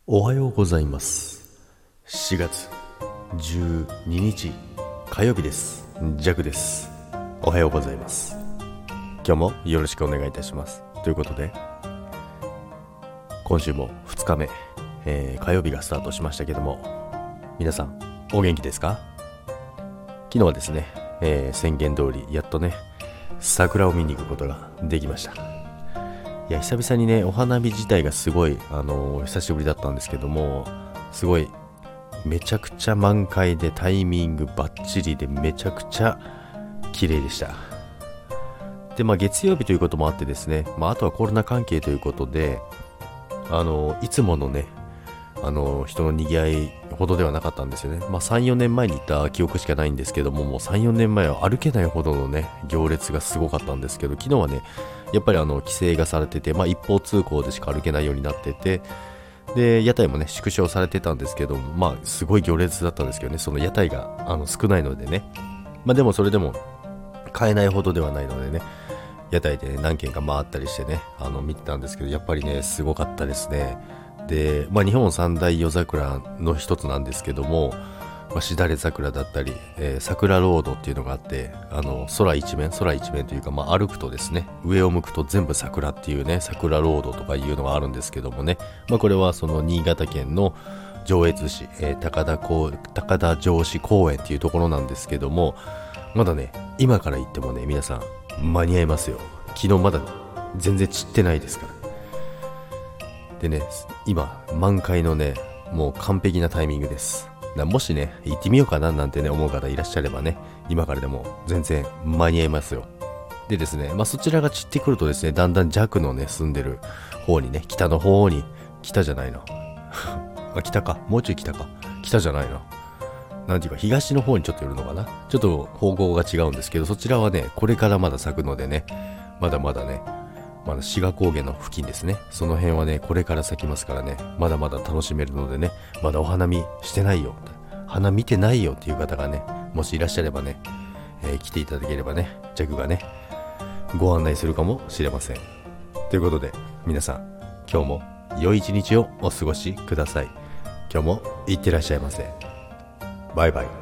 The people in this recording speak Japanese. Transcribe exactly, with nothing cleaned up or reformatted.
おはようございます。しがつじゅうににち火曜日です。ジャクです。おはようございます。今日もよろしくお願いいたします。ということで今週もふつかめ、えー、火曜日がスタートしましたけども、皆さんお元気ですか？昨日はですね、えー、宣言通りやっとね桜を見に行くことができました。いや久々にねお花見自体がすごい、あのー、久しぶりだったんですけども、すごいめちゃくちゃ満開でタイミングバッチリでめちゃくちゃ綺麗でした。でまあ月曜日ということもあってですね、まあ、あとはコロナ関係ということで、あのー、いつものねあのー、人の賑わいほどではなかったんですよね。まあさん、よねんまえに行った記憶しかないんですけども、もうさん、よねんまえは歩けないほどのね行列がすごかったんですけど、昨日はねやっぱりあの規制がされてて、まあ一方通行でしか歩けないようになってて、で屋台もね縮小されてたんですけど、まあすごい行列だったんですけどね、その屋台があの少ないのでね、まあでもそれでも買えないほどではないのでね、屋台で、ね、何軒か回ったりしてねあの見てたんですけど、やっぱりねすごかったですね。で、まあ、日本三大夜桜の一つなんですけども、まあ、しだれ桜だったり、えー、桜ロードっていうのがあって、あの空一面空一面というか、まあ、歩くとですね上を向くと全部桜っていうね桜ロードとかいうのがあるんですけどもね、まあ、これはその新潟県の上越市、えー、高田高高田城址公園っていうところなんですけども、まだね今から行ってもね皆さん間に合いますよ。昨日まだ全然散ってないですから。でね、今満開のねもう完璧なタイミングです。だもしね行ってみようかななんてね思う方いらっしゃればね、今からでも全然間に合いますよ。でですね、まあそちらが散ってくるとですね、だんだん弱のね住んでる方にね、北の方に北じゃないのあ北か、もうちょい北か、北じゃないの、なんていうか東の方にちょっと寄るのかな、ちょっと方向が違うんですけど、そちらはねこれからまだ咲くのでね、まだまだねまだ志賀高原の付近ですね、その辺はねこれから咲きますからね、まだまだ楽しめるのでね、まだお花見してないよ、花見てないよっていう方がねもしいらっしゃればね、えー、来ていただければねジャクがねご案内するかもしれません。ということで皆さん今日も良い一日をお過ごしください。今日もいってらっしゃいませ。バイバイ。